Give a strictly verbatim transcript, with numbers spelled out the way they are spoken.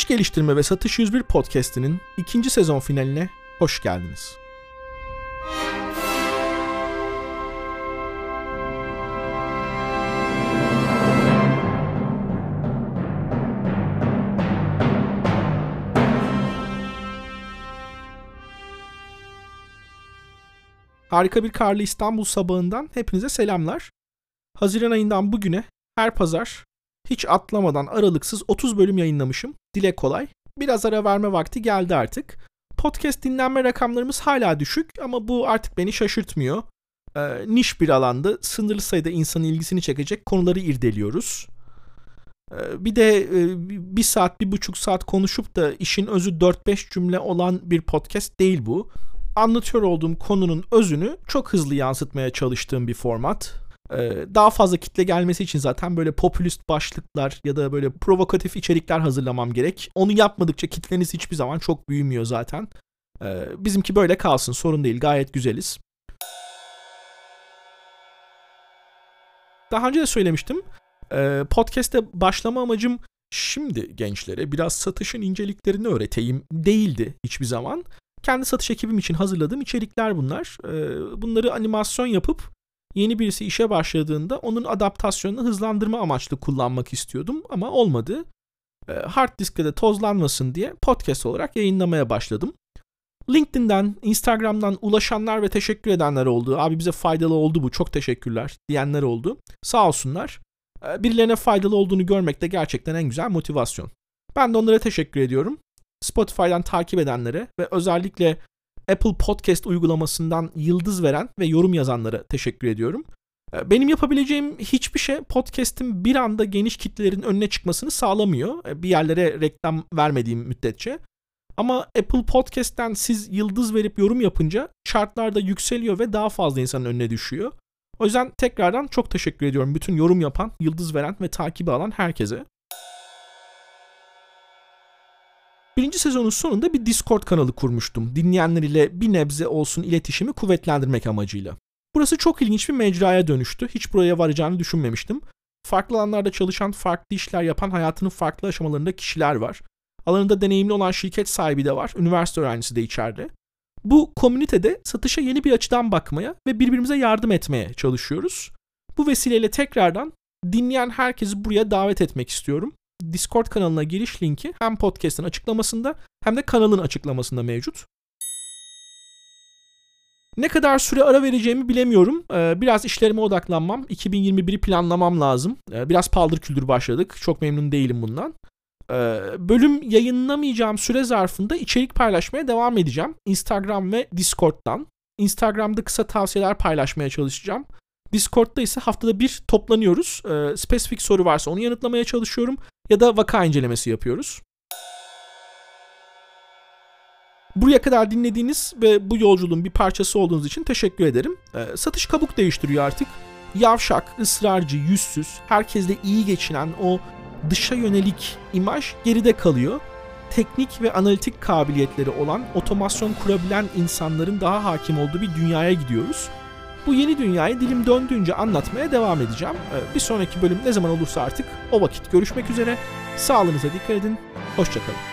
İş Geliştirme ve Satış yüz bir Podcast'inin ikinci sezon finaline hoş geldiniz. Harika bir karlı İstanbul sabahından hepinize selamlar. Haziran ayından bugüne her pazar hiç atlamadan aralıksız otuz bölüm yayınlamışım. Dile kolay. Biraz ara verme vakti geldi artık. Podcast dinlenme rakamlarımız hala düşük ama bu artık beni şaşırtmıyor. Ee, niş bir alanda sınırlı sayıda insanın ilgisini çekecek konuları irdeliyoruz. Ee, bir de e, bir saat, bir buçuk saat konuşup da işin özü dört beş cümle olan bir podcast değil bu. Anlatıyor olduğum konunun özünü çok hızlı yansıtmaya çalıştığım bir format. Ee, daha fazla kitle gelmesi için zaten böyle popülist başlıklar ya da böyle provokatif içerikler hazırlamam gerek. Onu yapmadıkça kitleniz hiçbir zaman çok büyümüyor zaten. Ee, bizimki böyle kalsın, sorun değil, gayet güzeliz. Daha önce de söylemiştim. Ee, podcast'e başlama amacım şimdi gençlere biraz satışın inceliklerini öğreteyim değildi hiçbir zaman. Kendi satış ekibim için hazırladığım içerikler bunlar. Ee, bunları animasyon yapıp yeni birisi işe başladığında onun adaptasyonunu hızlandırma amaçlı kullanmak istiyordum ama olmadı. Ee, hard diskte de tozlanmasın diye podcast olarak yayınlamaya başladım. LinkedIn'den, Instagram'dan ulaşanlar ve teşekkür edenler oldu. Abi bize faydalı oldu bu, çok teşekkürler diyenler oldu. Sağ olsunlar. Ee, birilerine faydalı olduğunu görmek de gerçekten en güzel motivasyon. Ben de onlara teşekkür ediyorum. Spotify'dan takip edenlere ve özellikle Apple Podcast uygulamasından yıldız veren ve yorum yazanlara teşekkür ediyorum. Benim yapabileceğim hiçbir şey podcast'in bir anda geniş kitlelerin önüne çıkmasını sağlamıyor. Bir yerlere reklam vermediğim müddetçe. Ama Apple Podcast'ten siz yıldız verip yorum yapınca chartlarda yükseliyor ve daha fazla insanın önüne düşüyor. O yüzden tekrardan çok teşekkür ediyorum bütün yorum yapan, yıldız veren ve takibi alan herkese. Birinci sezonun sonunda bir Discord kanalı kurmuştum. Dinleyenler ile bir nebze olsun iletişimi kuvvetlendirmek amacıyla. Burası çok ilginç bir mecraya dönüştü. Hiç buraya varacağını düşünmemiştim. Farklı alanlarda çalışan, farklı işler yapan, hayatının farklı aşamalarında kişiler var. Alanında deneyimli olan şirket sahibi de var. Üniversite öğrencisi de içeride. Bu komünitede satışa yeni bir açıdan bakmaya ve birbirimize yardım etmeye çalışıyoruz. Bu vesileyle tekrardan dinleyen herkesi buraya davet etmek istiyorum. Discord kanalına giriş linki hem podcast'ın açıklamasında hem de kanalın açıklamasında mevcut. Ne kadar süre ara vereceğimi bilemiyorum. Ee, biraz işlerime odaklanmam. iki bin yirmi biri planlamam lazım. Ee, biraz paldır küldür başladık. Çok memnun değilim bundan. Ee, bölüm yayınlamayacağım süre zarfında içerik paylaşmaya devam edeceğim. Instagram ve Discord'dan. Instagram'da kısa tavsiyeler paylaşmaya çalışacağım. Discord'da ise haftada bir toplanıyoruz. Ee, spesifik soru varsa onu yanıtlamaya çalışıyorum. Ya da vaka incelemesi yapıyoruz. Buraya kadar dinlediğiniz ve bu yolculuğun bir parçası olduğunuz için teşekkür ederim. Ee, satış kabuk değiştiriyor artık. Yavşak, ısrarcı, yüzsüz, herkesle iyi geçinen o dışa yönelik imaj geride kalıyor. Teknik ve analitik kabiliyetleri olan, otomasyon kurabilen insanların daha hakim olduğu bir dünyaya gidiyoruz. Bu yeni dünyayı dilim döndüğünce anlatmaya devam edeceğim. Bir sonraki bölüm ne zaman olursa artık o vakit görüşmek üzere. Sağlığınıza dikkat edin. Hoşça kalın.